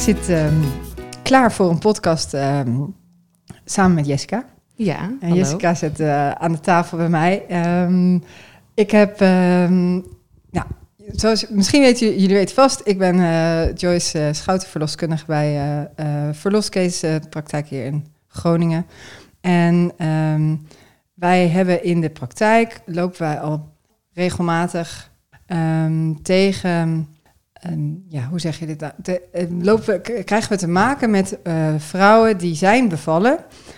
zit klaar voor een podcast samen met Jessica. Ja, en hallo. Jessica zit aan de tafel bij mij. Ik heb, zoals misschien jullie weten vast, ik ben Joyce Schouten, verloskundige bij Verloscase, praktijk hier in Groningen. En wij hebben in de praktijk, lopen wij al regelmatig tegen... hoe zeg je dit nou? Krijgen we te maken met vrouwen die zijn bevallen.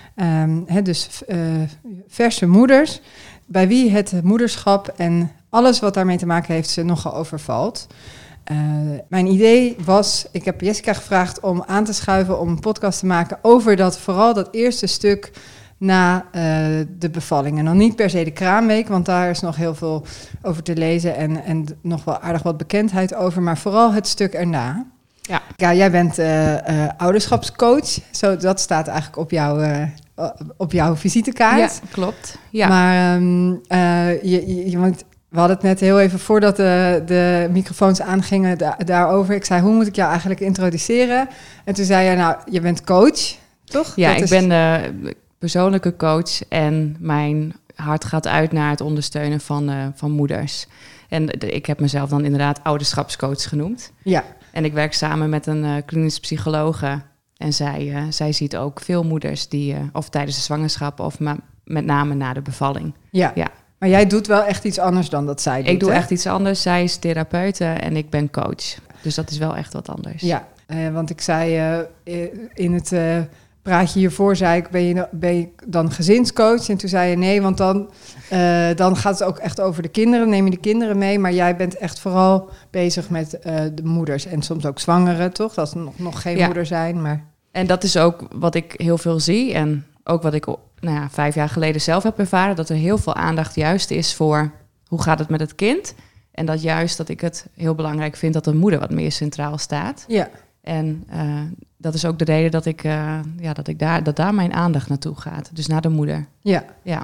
Verse moeders, bij wie het moederschap en alles wat daarmee te maken heeft ze nogal overvalt. Mijn idee was, ik heb Jessica gevraagd om aan te schuiven om een podcast te maken over vooral dat eerste stuk na de bevalling. En dan niet per se de kraamweek, want daar is nog heel veel over te lezen en nog wel aardig wat bekendheid over, maar vooral het stuk erna. Ja, jij bent ouderschapscoach, dat staat eigenlijk op jouw visitekaart. Ja, klopt. Ja. Maar want we hadden het net heel even voordat de microfoons aangingen daarover. Ik zei, hoe moet ik jou eigenlijk introduceren? En toen zei jij, nou, je bent coach, toch? Ja, ik ben de persoonlijke coach en mijn hart gaat uit naar het ondersteunen van moeders. En ik heb mezelf dan inderdaad ouderschapscoach genoemd. Ja. En ik werk samen met een klinisch psychologe. En zij ziet ook veel moeders die of tijdens de zwangerschap of met name na de bevalling. Ja. Maar jij doet wel echt iets anders dan dat zij doet, Ik doe echt iets anders. Zij is therapeute en ik ben coach. Dus dat is wel echt wat anders. Ja, want ik zei in het praatje hiervoor, zei ik, ben je dan gezinscoach? En toen zei je nee, want dan gaat het ook echt over de kinderen. Neem je de kinderen mee, maar jij bent echt vooral bezig met de moeders. En soms ook zwangeren, toch? Dat ze nog geen moeder zijn, maar... En dat is ook wat ik heel veel zie en ook wat ik 5 jaar geleden zelf heb ervaren, dat er heel veel aandacht juist is voor hoe gaat het met het kind. En dat ik het heel belangrijk vind dat de moeder wat meer centraal staat. Ja. En dat is ook de reden dat daar mijn aandacht naartoe gaat. Dus naar de moeder. Ja.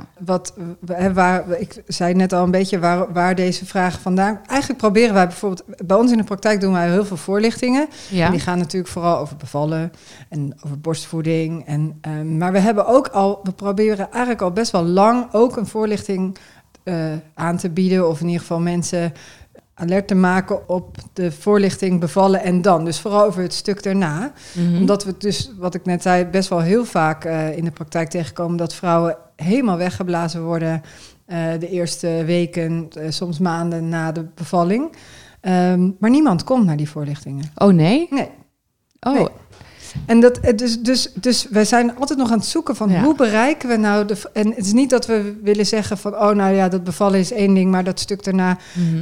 Ik zei net al een beetje waar deze vragen vandaan... Eigenlijk proberen wij bijvoorbeeld... Bij ons in de praktijk doen wij heel veel voorlichtingen. Ja. En die gaan natuurlijk vooral over bevallen en over borstvoeding. Maar we proberen eigenlijk al best wel lang ook een voorlichting aan te bieden. Of in ieder geval mensen alert te maken op de voorlichting bevallen en dan. Dus vooral over het stuk daarna. Mm-hmm. Omdat we dus, wat ik net zei, best wel heel vaak in de praktijk tegenkomen dat vrouwen helemaal weggeblazen worden de eerste weken, soms maanden na de bevalling. Maar niemand komt naar die voorlichtingen. Oh nee? Nee. Oh. Nee. En dus wij zijn altijd nog aan het zoeken van hoe bereiken we nou en het is niet dat we willen zeggen van dat bevallen is één ding, maar dat stuk daarna,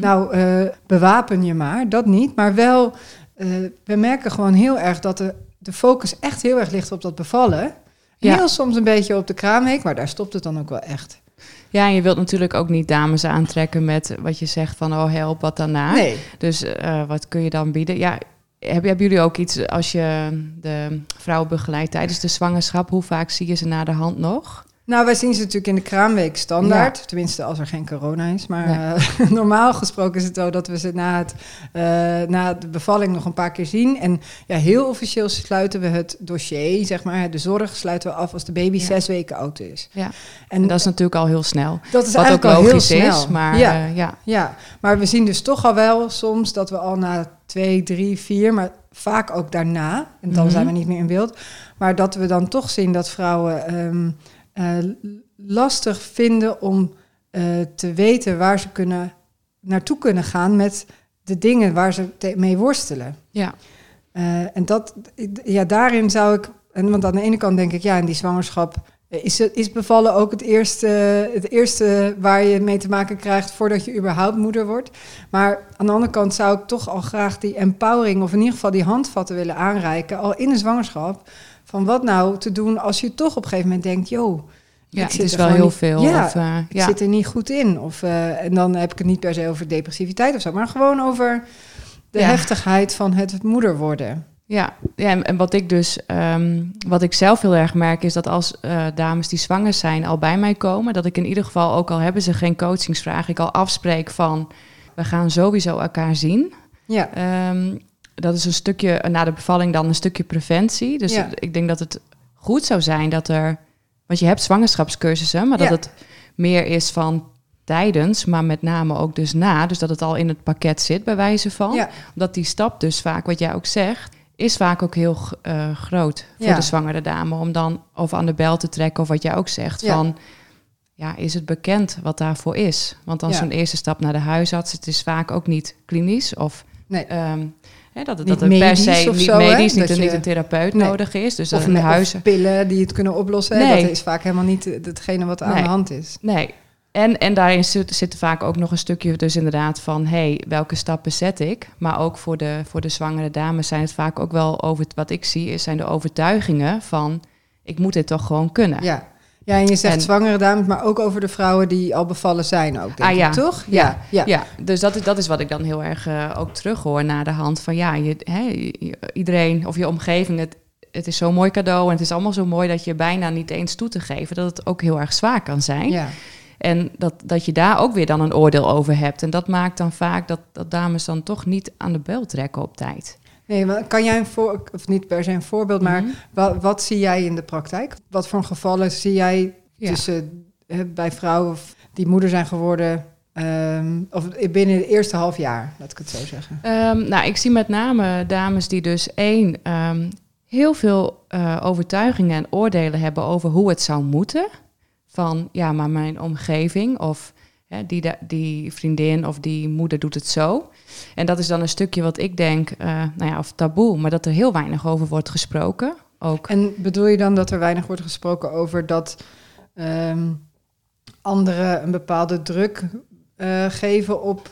bewapen je maar, dat niet. Maar wel, we merken gewoon heel erg dat de focus echt heel erg ligt op dat bevallen. Ja. Heel soms een beetje op de kraamweek, maar daar stopt het dan ook wel echt. Ja, en je wilt natuurlijk ook niet dames aantrekken met wat je zegt van help, wat daarna. Nee. Dus wat kun je dan bieden? Ja. Hebben jullie ook iets als je de vrouw begeleidt tijdens de zwangerschap? Hoe vaak zie je ze na de hand nog? Nou, wij zien ze natuurlijk in de kraamweek standaard. Ja. Tenminste, als er geen corona is. Maar normaal gesproken is het zo dat we ze na de bevalling nog een paar keer zien. En heel officieel sluiten we het dossier, zeg maar, de zorg sluiten we af als de baby 6 weken oud is. Ja. En dat is natuurlijk al heel snel. Dat is wat eigenlijk ook logisch heel snel. Is, maar maar we zien dus toch al wel soms dat we al na 2, 3, 4, maar vaak ook daarna, en dan zijn we niet meer in beeld, maar dat we dan toch zien dat vrouwen lastig vinden om te weten waar ze naartoe kunnen gaan met de dingen waar ze mee worstelen. Ja. En daarin zou ik, want aan de ene kant denk ik, in die zwangerschap is bevallen ook het eerste waar je mee te maken krijgt voordat je überhaupt moeder wordt. Maar aan de andere kant zou ik toch al graag die empowering, of in ieder geval die handvatten willen aanreiken, al in de zwangerschap, van wat nou te doen als je toch op een gegeven moment denkt, het is wel heel veel. Ik zit er niet goed in. En dan heb ik het niet per se over depressiviteit of zo, maar gewoon over de heftigheid van het moeder worden. Ja, en wat ik zelf heel erg merk is dat als dames die zwanger zijn al bij mij komen, dat ik in ieder geval, ook al hebben ze geen coachingsvraag, ik al afspreek van, we gaan sowieso elkaar zien. Ja. dat is een stukje, na de bevalling dan een stukje preventie. Dus ik denk dat het goed zou zijn dat er... Want je hebt zwangerschapscursussen, maar dat het meer is van tijdens, maar met name ook dus na. Dus dat het al in het pakket zit, bij wijze van. Ja. Omdat die stap dus vaak, wat jij ook zegt, is vaak ook heel groot voor de zwangere dame. Om dan of aan de bel te trekken, of wat jij ook zegt, van... Ja, is het bekend wat daarvoor is? Want dan zo'n eerste stap naar de huisarts, het is vaak ook niet klinisch of... Nee. Dat het per se niet zo, medisch, niet een therapeut nodig is. Dus of of pillen die het kunnen oplossen. Nee. Dat is vaak helemaal niet hetgene wat aan de hand is. Nee. En daarin zit vaak ook nog een stukje dus inderdaad van... welke stappen zet ik? Maar ook voor de zwangere dames zijn het vaak ook wel over... Wat ik zie, zijn de overtuigingen van... ik moet dit toch gewoon kunnen. Ja, en je zegt zwangere dames, maar ook over de vrouwen die al bevallen zijn ook, denk ik, toch? Ja, dus dat is wat ik dan heel erg ook terughoor na de hand. Van iedereen of je omgeving, het is zo'n mooi cadeau... en het is allemaal zo mooi dat je bijna niet eens toe te geven... dat het ook heel erg zwaar kan zijn. Ja. En dat je daar ook weer dan een oordeel over hebt. En dat maakt dan vaak dat dames dan toch niet aan de bel trekken op tijd. Nee, maar kan jij of niet per se een voorbeeld, maar wat zie jij in de praktijk? Wat voor gevallen zie jij tussen bij vrouwen die moeder zijn geworden, of binnen het eerste half jaar, laat ik het zo zeggen? Ik zie met name dames die dus heel veel overtuigingen en oordelen hebben over hoe het zou moeten. Van, maar mijn omgeving of die vriendin of die moeder doet het zo. En dat is dan een stukje wat ik denk, of taboe, maar dat er heel weinig over wordt gesproken. Ook. En bedoel je dan dat er weinig wordt gesproken over dat anderen een bepaalde druk geven op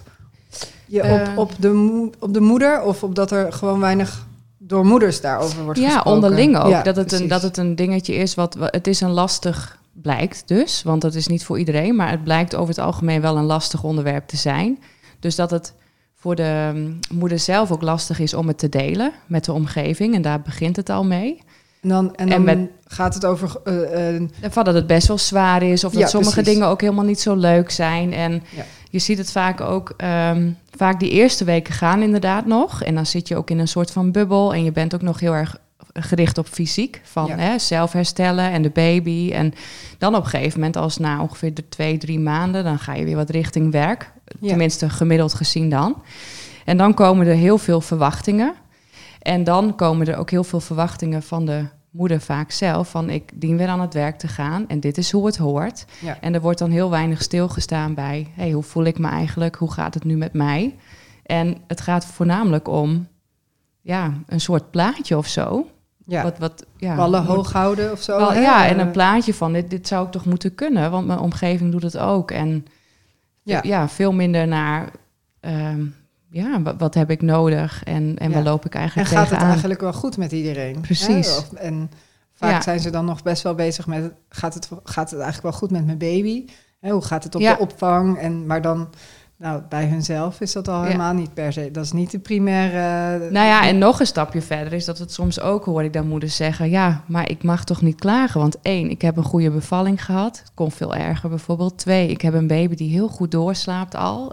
de moeder? Of op dat er gewoon weinig door moeders daarover wordt gesproken? Ja, onderling ook. Ja, dat het een dingetje is, het is een lastig... Blijkt dus, want dat is niet voor iedereen... maar het blijkt over het algemeen wel een lastig onderwerp te zijn. Dus dat het voor de moeder zelf ook lastig is om het te delen met de omgeving. En daar begint het al mee. En dan gaat het over... Van dat het best wel zwaar is... of dat sommige dingen ook helemaal niet zo leuk zijn. En je ziet het vaak ook... vaak die eerste weken gaan inderdaad nog. En dan zit je ook in een soort van bubbel... en je bent ook nog heel erg... gericht op fysiek, van zelf herstellen en de baby. En dan op een gegeven moment, als na ongeveer de 2-3 maanden... dan ga je weer wat richting werk. Tenminste, gemiddeld gezien dan. En dan komen er heel veel verwachtingen. En dan komen er ook heel veel verwachtingen van de moeder vaak zelf... van ik dien weer aan het werk te gaan en dit is hoe het hoort. Ja. En er wordt dan heel weinig stilgestaan bij... hoe voel ik me eigenlijk? Hoe gaat het nu met mij? En het gaat voornamelijk om een soort plaatje of zo... Ja, ballen hoog houden of zo. En een plaatje van dit zou ik toch moeten kunnen, want mijn omgeving doet het ook. En veel minder naar, wat heb ik nodig en waar loop ik eigenlijk tegenaan. En gaat het eigenlijk wel goed met iedereen? Precies. En vaak zijn ze dan nog best wel bezig met, gaat het eigenlijk wel goed met mijn baby? Hoe gaat het op de opvang? Maar dan... Nou, bij hunzelf is dat al helemaal niet per se. Dat is niet de primaire... en nog een stapje verder is dat het soms ook, hoor ik dan moeders zeggen... maar ik mag toch niet klagen, want 1, ik heb een goede bevalling gehad. Het kon veel erger bijvoorbeeld. 2, ik heb een baby die heel goed doorslaapt al.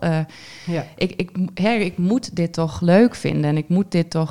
Ik moet dit toch leuk vinden en ik moet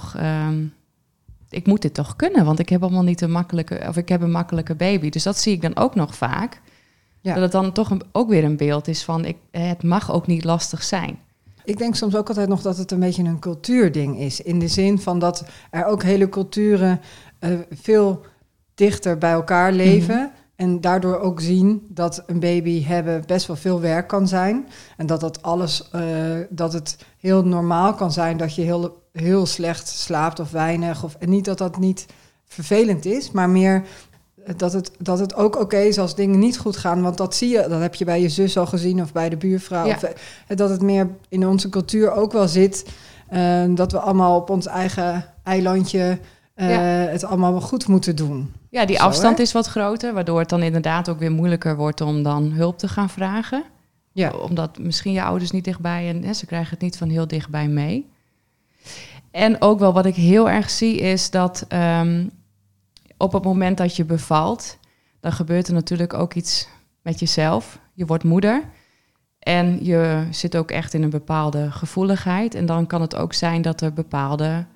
dit toch kunnen... want ik heb allemaal niet ik heb een makkelijke baby. Dus dat zie ik dan ook nog vaak... Ja. Dat het dan toch ook weer een beeld is van... het mag ook niet lastig zijn. Ik denk soms ook altijd nog dat het een beetje een cultuurding is. In de zin van dat er ook hele culturen veel dichter bij elkaar leven... Mm-hmm. En daardoor ook zien dat een baby hebben best wel veel werk kan zijn. En dat het heel normaal kan zijn dat je heel, heel slecht slaapt of weinig. En niet dat dat niet vervelend is, maar meer... Dat het ook oké is als dingen niet goed gaan. Want dat zie je, dat heb je bij je zus al gezien of bij de buurvrouw. Ja. Dat het meer in onze cultuur ook wel zit. Dat we allemaal op ons eigen eilandje het allemaal goed moeten doen. Ja, die afstand is wat groter. Waardoor het dan inderdaad ook weer moeilijker wordt om dan hulp te gaan vragen. Ja. Omdat misschien je ouders niet dichtbij en ze krijgen het niet van heel dichtbij mee. En ook wel wat ik heel erg zie is dat... op het moment dat je bevalt, dan gebeurt er natuurlijk ook iets met jezelf. Je wordt moeder en je zit ook echt in een bepaalde gevoeligheid. En dan kan het ook zijn dat er bepaalde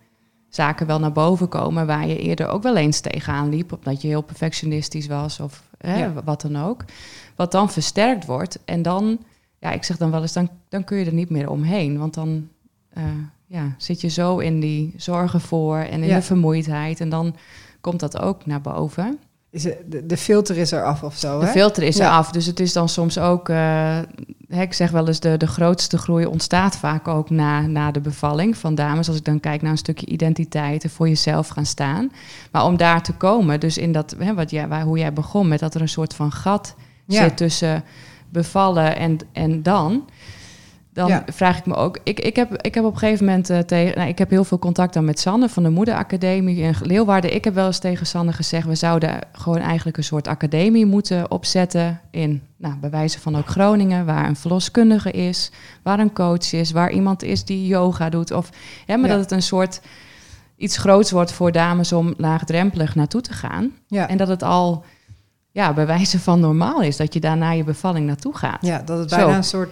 zaken wel naar boven komen waar je eerder ook wel eens tegenaan liep, omdat je heel perfectionistisch was of wat dan ook. Wat dan versterkt wordt en dan, ik zeg dan wel eens, dan kun je er niet meer omheen, want dan zit je zo in die zorgen voor en in de vermoeidheid en dan komt dat ook naar boven. De filter is eraf of zo, hè? De filter is eraf, dus het is dan soms ook... ik zeg wel eens, de grootste groei ontstaat vaak ook na de bevalling van dames. Als ik dan kijk naar een stukje identiteit en voor jezelf gaan staan. Maar om daar te komen, dus in dat, hoe jij begon met dat er een soort van gat zit tussen bevallen en dan vraag ik me ook... Ik heb op een gegeven moment ik heb heel veel contact dan met Sanne van de Moederacademie in Leeuwarden. Ik heb wel eens tegen Sanne gezegd, we zouden gewoon eigenlijk een soort academie moeten opzetten in, bij wijze van ook Groningen, waar een verloskundige is, waar een coach is, waar iemand is die yoga doet. Dat het een soort iets groots wordt voor dames om laagdrempelig naartoe te gaan. Ja. En dat het al... bij wijze van normaal is, dat je daar na je bevalling naartoe gaat. Ja, dat het bijna een soort...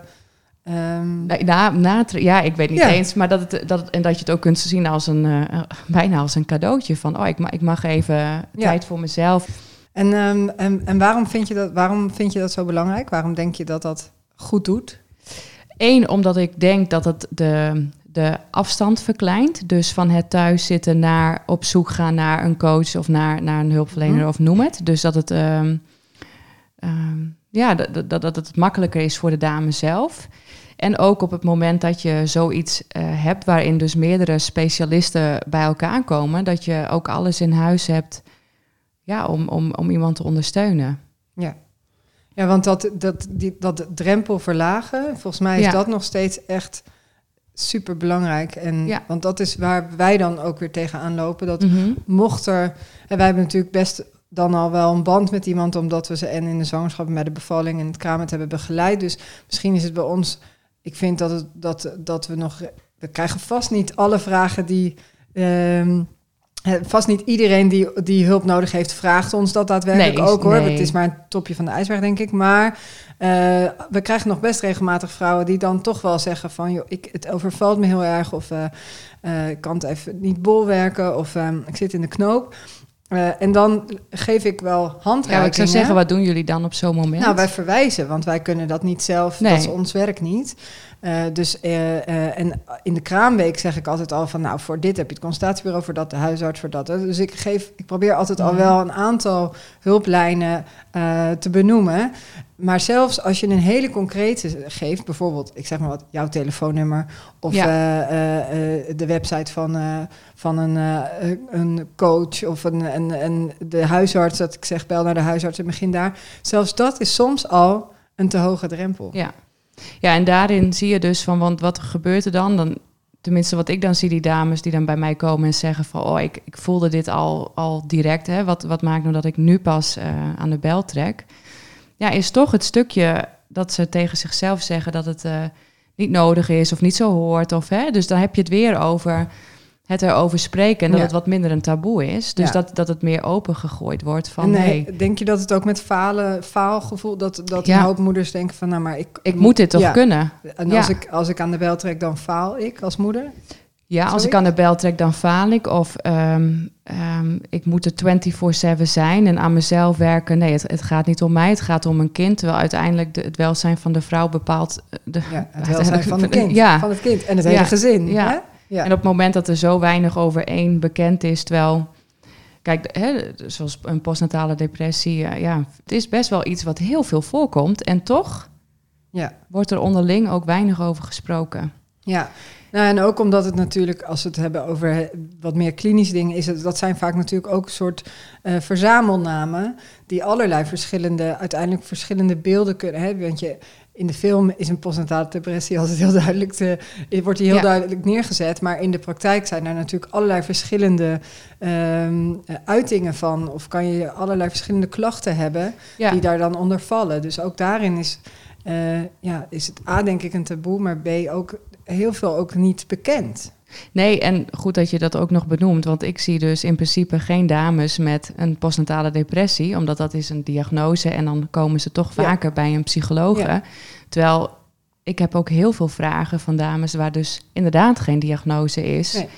ik weet niet eens, maar dat je het ook kunt zien als bijna als een cadeautje van, ik mag even tijd voor mezelf. En waarom vind je dat zo belangrijk? Waarom denk je dat dat goed doet? 1, omdat ik denk dat het de afstand verkleint. Dus van het thuis zitten naar op zoek gaan naar een coach of naar een hulpverlener of noem het. Dus dat het dat het makkelijker is voor de dame zelf. En ook op het moment dat je zoiets hebt waarin dus meerdere specialisten bij elkaar komen, dat je ook alles in huis hebt om iemand te ondersteunen. Ja, want dat drempel verlagen, volgens mij is dat nog steeds echt super belangrijk. Want dat is waar wij dan ook weer tegenaan lopen. Dat mocht er... En wij hebben natuurlijk best dan al wel een band met iemand, omdat we ze en in de zwangerschap en bij de bevalling en het kraamhart hebben begeleid. Dus misschien is het bij ons... Ik vind dat we nog... We krijgen vast niet alle vragen die... vast niet iedereen die hulp nodig heeft, vraagt ons dat daadwerkelijk ook, hoor. Het is maar een topje van de ijsberg, denk ik. Maar we krijgen nog best regelmatig vrouwen die dan toch wel zeggen van, joh, het overvalt me heel erg, of ik kan het even niet bolwerken, of ik zit in de knoop. En dan geef ik wel handreikingen. Ja, ik zou zeggen, wat doen jullie dan op zo'n moment? Nou, wij verwijzen, want wij kunnen dat niet zelf. Dat is ons werk niet. En in de kraamweek zeg ik altijd al van, nou, voor dit heb je het consultatiebureau, voor dat de huisarts, voor dat. Dus ik probeer altijd al wel een aantal hulplijnen te benoemen. Maar zelfs als je een hele concrete geeft, bijvoorbeeld, ik zeg maar wat, jouw telefoonnummer of de website van een coach of de huisarts, dat ik zeg, bel naar de huisarts en begin daar. Zelfs dat is soms al een te hoge drempel. Ja, en daarin zie je dus van, want wat gebeurt er dan? Tenminste, wat ik dan zie, die dames die dan bij mij komen en zeggen van, ik voelde dit al direct, hè? Wat maakt nou dat ik nu pas aan de bel trek? Ja, is toch het stukje dat ze tegen zichzelf zeggen dat het niet nodig is of niet zo hoort. Dus dan heb je het weer over het erover spreken en dat het wat minder een taboe is. Dus dat het meer opengegooid wordt van... Denk je dat het ook met faalgevoel, dat een hoop moeders denken van, nou, maar ik moet dit toch kunnen? En als ik aan de bel trek, dan faal ik als moeder? Ja, als ik aan de bel trek, dan faal ik. Of ik moet er 24/7 zijn en aan mezelf werken. Nee, het gaat niet om mij, het gaat om een kind. Terwijl uiteindelijk het welzijn van de vrouw bepaalt... het welzijn van het kind, van het kind en het hele gezin. Ja. Hè? Ja. En op het moment dat er zo weinig over één bekend is, terwijl... Kijk, zoals een postnatale depressie, het is best wel iets wat heel veel voorkomt. En toch wordt er onderling ook weinig over gesproken. Ja, nou, en ook omdat het natuurlijk, als we het hebben over wat meer klinische dingen, dat zijn vaak natuurlijk ook een soort verzamelnamen die allerlei uiteindelijk verschillende beelden kunnen hebben. Want in de film is een postnatale depressie altijd heel duidelijk wordt die heel duidelijk neergezet. Maar in de praktijk zijn er natuurlijk allerlei verschillende uitingen van. Of kan je allerlei verschillende klachten hebben die daar dan onder vallen. Dus ook daarin is het A, denk ik, een taboe, maar B, ook heel veel ook niet bekend. Nee, en goed dat je dat ook nog benoemt. Want ik zie dus in principe geen dames met een postnatale depressie, omdat dat is een diagnose en dan komen ze toch vaker bij een psycholoog. Ja. Terwijl ik heb ook heel veel vragen van dames waar dus inderdaad geen diagnose is. Nee.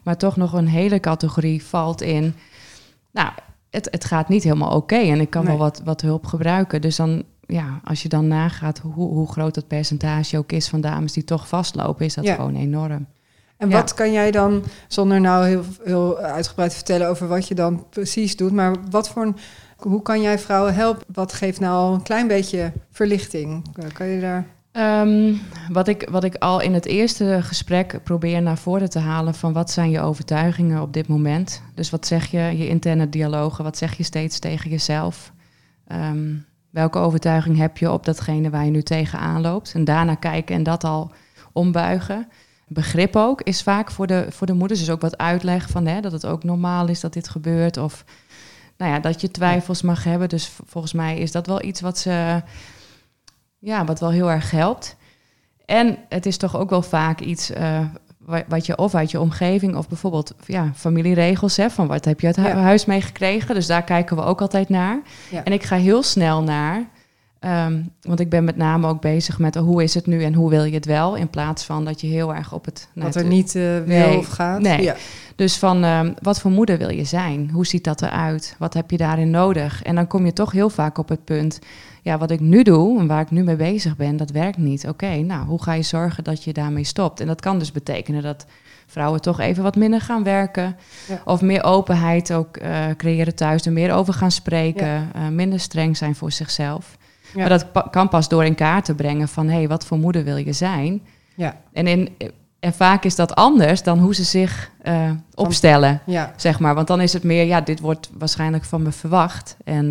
maar toch nog een hele categorie valt in... Nou, het gaat niet helemaal oké en ik kan wel wat hulp gebruiken. Dus dan, als je dan nagaat hoe groot dat percentage ook is van dames die toch vastlopen, is dat gewoon enorm. En wat kan jij dan, zonder nou heel uitgebreid te vertellen over wat je dan precies doet, maar hoe kan jij vrouwen helpen? Wat geeft nou al een klein beetje verlichting? Kan je daar... Wat ik al in het eerste gesprek probeer naar voren te halen van wat zijn je overtuigingen op dit moment. Dus wat zeg je interne dialogen, wat zeg je steeds tegen jezelf? Welke overtuiging heb je op datgene waar je nu tegenaan loopt? En daarna kijken en dat al ombuigen. Begrip ook is vaak voor de moeders, dus ook wat uitleg van dat het ook normaal is dat dit gebeurt. Of dat je twijfels mag hebben. Dus volgens mij is dat wel iets wat ze... wat wel heel erg helpt. En het is toch ook wel vaak iets wat je of uit je omgeving... of bijvoorbeeld familieregels, van wat heb je uit huis meegekregen. Dus daar kijken we ook altijd naar. Ja. En ik ga heel snel naar... want ik ben met name ook bezig met hoe is het nu en hoe wil je het wel... in plaats van dat je heel erg op het... Wat er niet wil of gaat. Nee. Ja. Dus van wat voor moeder wil je zijn? Hoe ziet dat eruit? Wat heb je daarin nodig? En dan kom je toch heel vaak op het punt... wat ik nu doe en waar ik nu mee bezig ben, dat werkt niet. Oké, hoe ga je zorgen dat je daarmee stopt? En dat kan dus betekenen dat vrouwen toch even wat minder gaan werken. Ja. Of meer openheid ook creëren thuis, er meer over gaan spreken. Ja. Minder streng zijn voor zichzelf. Ja. Maar dat kan pas door in kaart te brengen van... wat voor moeder wil je zijn? Ja. En vaak is dat anders dan hoe ze zich opstellen, zeg maar. Want dan is het meer, dit wordt waarschijnlijk van me verwacht. En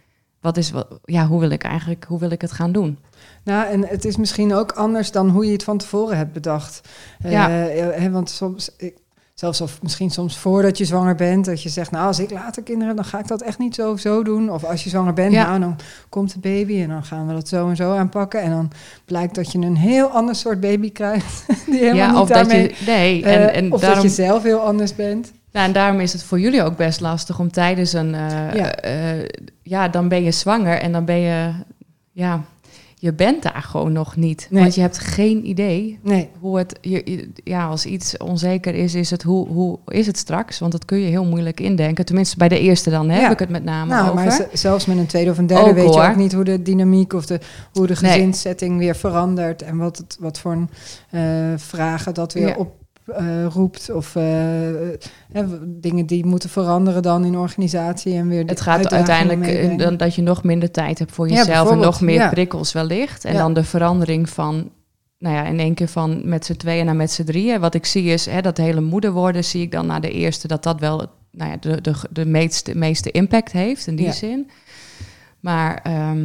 hoe wil ik het gaan doen? Nou, en het is misschien ook anders dan hoe je het van tevoren hebt bedacht. Want soms... misschien soms voordat je zwanger bent, dat je zegt, als ik later kinderen, dan ga ik dat echt niet zo doen. Of als je zwanger bent, dan komt de baby en dan gaan we dat zo en zo aanpakken. En dan blijkt dat je een heel ander soort baby krijgt. Die helemaal niet of daarmee... Dat je, of daarom, dat je zelf heel anders bent. Nou, en daarom is het voor jullie ook best lastig om tijdens een... dan ben je zwanger en dan ben je... je bent daar gewoon nog niet. Nee. Want je hebt geen idee hoe het... als iets onzeker is het hoe is het straks? Want dat kun je heel moeilijk indenken. Tenminste, bij de eerste dan heb ik het met name over. Maar zelfs met een tweede of een derde weet je ook niet hoe de dynamiek... of hoe de gezinssetting weer verandert... en wat voor vragen dat weer oproept... of dingen die moeten veranderen dan in organisatie... en weer het gaat uiteindelijk dat je nog minder tijd hebt voor jezelf... en nog meer prikkels wellicht. En dan de verandering van... in één keer van met z'n tweeën naar met z'n drieën. Wat ik zie is, dat hele moeder worden... zie ik dan na de eerste dat wel de meeste impact heeft in die zin. Maar...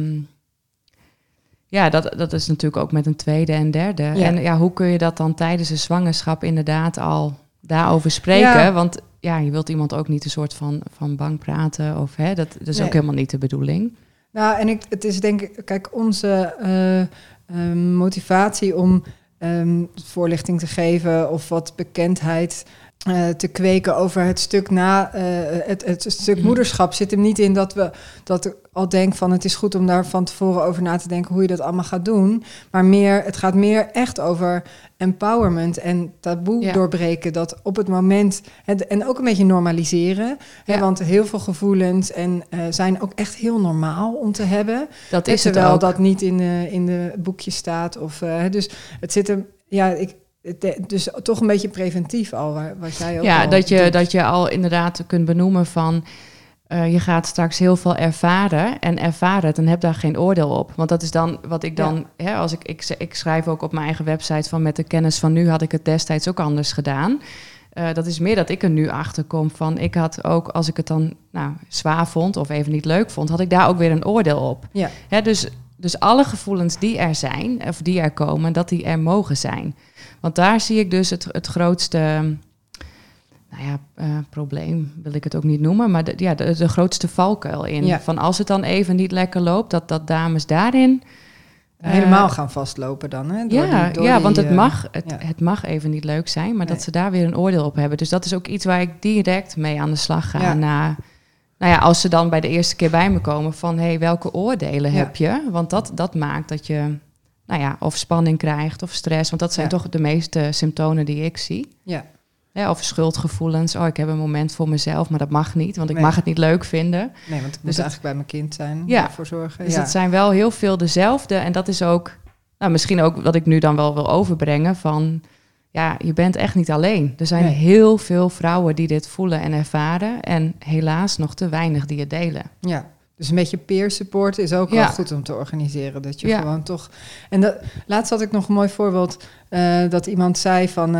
dat is natuurlijk ook met een tweede en derde. Ja. En hoe kun je dat dan tijdens een zwangerschap inderdaad al daarover spreken? Ja. Want je wilt iemand ook niet een soort van bang praten. Of dat is ook helemaal niet de bedoeling. Nou, en het is denk ik... Kijk, onze motivatie om voorlichting te geven... of wat bekendheid... te kweken over het stuk het stuk moederschap zit hem niet in dat ik al denk van het is goed om daar van tevoren over na te denken hoe je dat allemaal gaat doen. Maar het gaat meer echt over empowerment en taboe doorbreken. Dat op het moment, en ook een beetje normaliseren. Hè, want heel veel gevoelens zijn ook echt heel normaal om te hebben. Dat is terwijl het ook. Dat niet in de boekjes staat. Dus het zit hem... Dus toch een beetje preventief al, wat jij ook al doet. Dat je al inderdaad kunt benoemen van... je gaat straks heel veel ervaren en ervaren het en heb daar geen oordeel op. Want dat is dan wat ik dan... als ik schrijf ook op mijn eigen website van... met de kennis van nu had ik het destijds ook anders gedaan. Dat is meer dat ik er nu achter kom van... ik had ook, als ik het dan zwaar vond of even niet leuk vond... had ik daar ook weer een oordeel op. Ja. Dus alle gevoelens die er zijn, of die er komen... dat die er mogen zijn. Want daar zie ik dus het grootste... probleem wil ik het ook niet noemen... maar de grootste valkuil in. Ja. Van als het dan even niet lekker loopt... dat dames daarin... helemaal gaan vastlopen dan, hè? Want het mag even niet leuk zijn... maar dat ze daar weer een oordeel op hebben. Dus dat is ook iets waar ik direct mee aan de slag ga... als ze dan bij de eerste keer bij me komen... van welke oordelen heb je? Want dat maakt dat je... of spanning krijgt of stress. Want dat zijn toch de meeste symptomen die ik zie. Ja. Of schuldgevoelens. Oh, ik heb een moment voor mezelf, maar dat mag niet. Want ik Nee. mag het niet leuk vinden. Nee, want ik moet eigenlijk bij mijn kind zijn. Ja. Ervoor zorgen. Dus het zijn wel heel veel dezelfde. En dat is ook, misschien ook wat ik nu dan wel wil overbrengen van... Ja, je bent echt niet alleen. Er zijn heel veel vrouwen die dit voelen en ervaren. En helaas nog te weinig die het delen. Ja, dus een beetje peer support is ook wel goed om te organiseren. Dat je gewoon toch... En laatst had ik nog een mooi voorbeeld. Dat iemand zei van...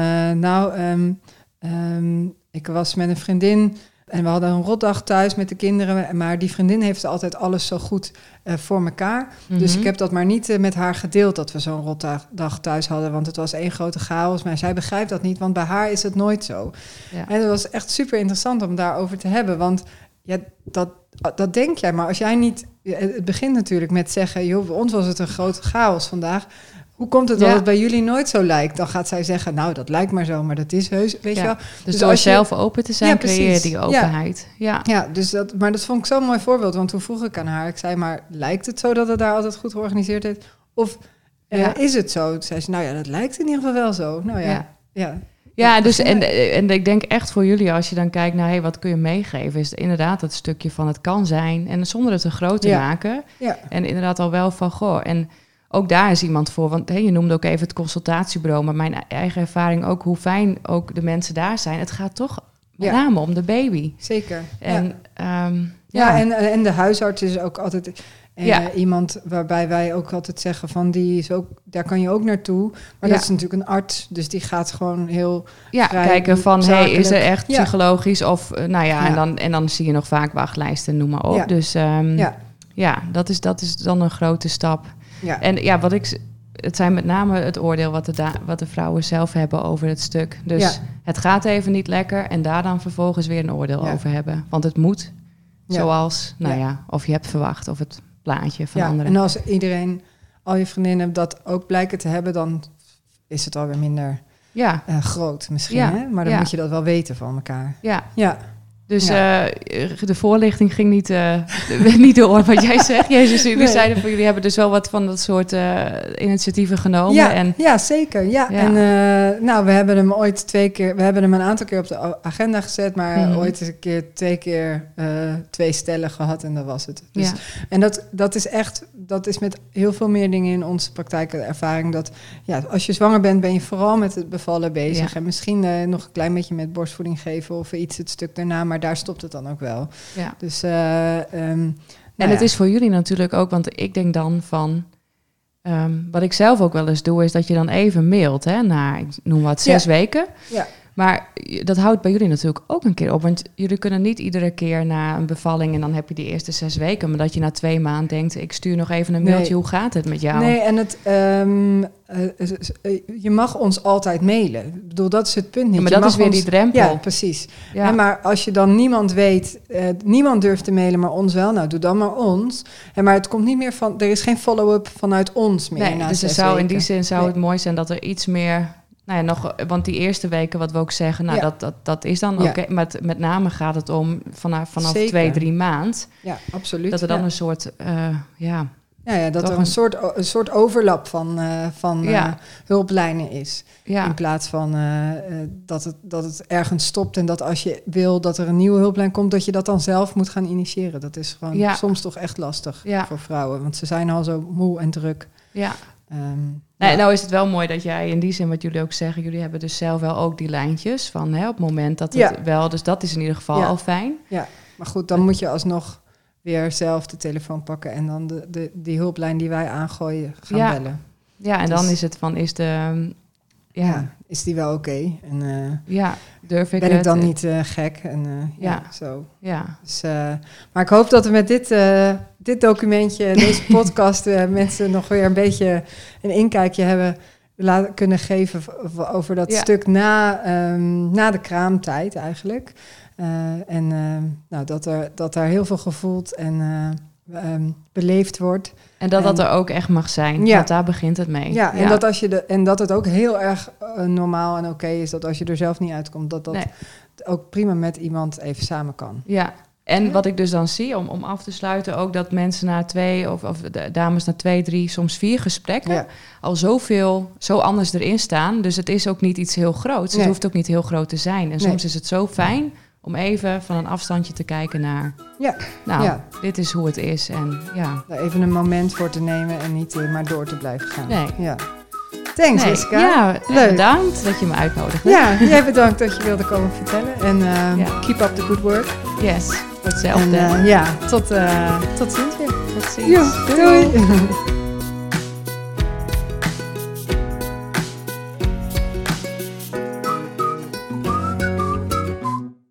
ik was met een vriendin... En we hadden een rotdag thuis met de kinderen. Maar die vriendin heeft altijd alles zo goed voor elkaar. Mm-hmm. Dus ik heb dat maar niet met haar gedeeld dat we zo'n rotdag thuis hadden. Want het was één grote chaos. Maar zij begrijpt dat niet, want bij haar is het nooit zo. Ja. En het was echt super interessant om daarover te hebben. Want ja, dat denk jij. Maar als jij niet... Het begint natuurlijk met zeggen... joh, bij ons was het een grote chaos vandaag... Hoe komt het dat het bij jullie nooit zo lijkt? Dan gaat zij zeggen, nou, dat lijkt maar zo, maar dat is heus, weet je wel. Dus door zelf open te zijn, creëer je die openheid. Ja, dus maar dat vond ik zo'n mooi voorbeeld. Want toen vroeg ik aan haar, ik zei, maar lijkt het zo dat het daar altijd goed georganiseerd is? Of is het zo? Toen zei ze, nou ja, dat lijkt in ieder geval wel zo. Nou ja. Ja, dus en ik denk echt voor jullie, als je dan kijkt naar... wat kun je meegeven, is het inderdaad het stukje van het kan zijn... en zonder het te groot te maken. Ja. En inderdaad al wel van, goh... en ook daar is iemand voor, want je noemde ook even het consultatiebureau... maar mijn eigen ervaring ook, hoe fijn ook de mensen daar zijn. Het gaat toch met name om de baby. Zeker, en en de huisarts is ook altijd... iemand waarbij wij ook altijd zeggen van die is ook, daar kan je ook naartoe. Maar dat is natuurlijk een arts, dus die gaat gewoon heel kijken van is er echt psychologisch of en dan zie je nog vaak wachtlijsten, noem maar op. Ja. Dus dat is dan een grote stap. Ja. En het zijn met name het oordeel wat de vrouwen zelf hebben over het stuk. Dus het gaat even niet lekker en daar dan vervolgens weer een oordeel over hebben. Want het moet zoals, of je hebt verwacht of het plaatje van anderen. En als al je vriendinnen dat ook blijken te hebben, dan is het alweer minder groot misschien. Ja. Hè? Maar dan moet je dat wel weten van elkaar. Ja. Dus de voorlichting ging niet door wat jij zegt. Jezus, jullie zeiden van jullie hebben dus wel wat van dat soort initiatieven genomen. Ja, zeker. Ja. En we hebben hem ooit we hebben hem een aantal keer op de agenda gezet, maar ooit eens een keer 2 keer 2 stellen gehad en dat was het. Dus, en dat is met heel veel meer dingen in onze praktijk de ervaring dat als je zwanger bent, ben je vooral met het bevallen bezig. En misschien nog een klein beetje met borstvoeding geven of iets het stuk daarna, maar daar stopt het dan ook wel. Ja. Dus, en het is voor jullie natuurlijk ook, want ik denk dan van... wat ik zelf ook wel eens doe, is dat je dan even mailt, naar, ik noem wat, 6 weken. Ja. Maar dat houdt bij jullie natuurlijk ook een keer op. Want jullie kunnen niet iedere keer na een bevalling... en dan heb je die eerste 6 weken... maar dat je na 2 maanden denkt... ik stuur nog even een mailtje, hoe gaat het met jou? Nee, en je mag ons altijd mailen. Ik bedoel, dat is het punt niet. Ja, maar dat is weer die drempel. Ja, precies. Ja. Maar als je dan niemand weet... niemand durft te mailen, maar ons wel. Nou, doe dan maar ons. Maar het komt niet meer van... er is geen follow-up vanuit ons meer. Nee, dus in die zin zou het mooi zijn dat er iets meer... want die eerste weken, wat we ook zeggen, dat is dan oké. Maar met name gaat het om vanaf 2-3 maand. Ja, absoluut. Dat er dan een soort, dat er een soort overlap van hulplijnen is. Ja. In plaats van dat het ergens stopt en dat als je wil dat er een nieuwe hulplijn komt, dat je dat dan zelf moet gaan initiëren. Dat is gewoon soms toch echt lastig voor vrouwen. Want ze zijn al zo moe en druk. Ja. Nou is het wel mooi dat jij in die zin, wat jullie ook zeggen, jullie hebben dus zelf wel ook die lijntjes van op het moment dat het wel, dus dat is in ieder geval al fijn. Ja, maar goed, dan moet je alsnog weer zelf de telefoon pakken en dan die hulplijn die wij aangooien gaan bellen. Ja, en dus, dan is het van, is die wel oké? En durf ik ben ik dan niet gek? En zo. Ja. Dus, maar ik hoop dat we met dit documentje, deze podcast, mensen nog weer een beetje een inkijkje hebben kunnen geven over dat stuk na de kraamtijd eigenlijk. Dat daar heel veel gevoeld en beleefd wordt. En dat er ook echt mag zijn, want daar begint het mee. Ja, en dat het ook heel erg normaal en oké is dat als je er zelf niet uitkomt, dat ook prima met iemand even samen kan. Ja. En wat ik dus dan zie, om af te sluiten, ook dat mensen na 2 of de dames na 2, 3, soms 4 gesprekken al zo anders erin staan. Dus het is ook niet iets heel groots. Het hoeft ook niet heel groot te zijn. En soms is het zo fijn om even van een afstandje te kijken naar... dit is hoe het is. En daar even een moment voor te nemen en niet maar door te blijven gaan. Nee. Ja. Thanks, Jessica. Ja, leuk. Bedankt dat je me uitnodigde. Ja, jij bedankt dat je wilde komen vertellen. En keep up the good work. Yes, hetzelfde. En tot ziens weer. Tot ziens. Doei.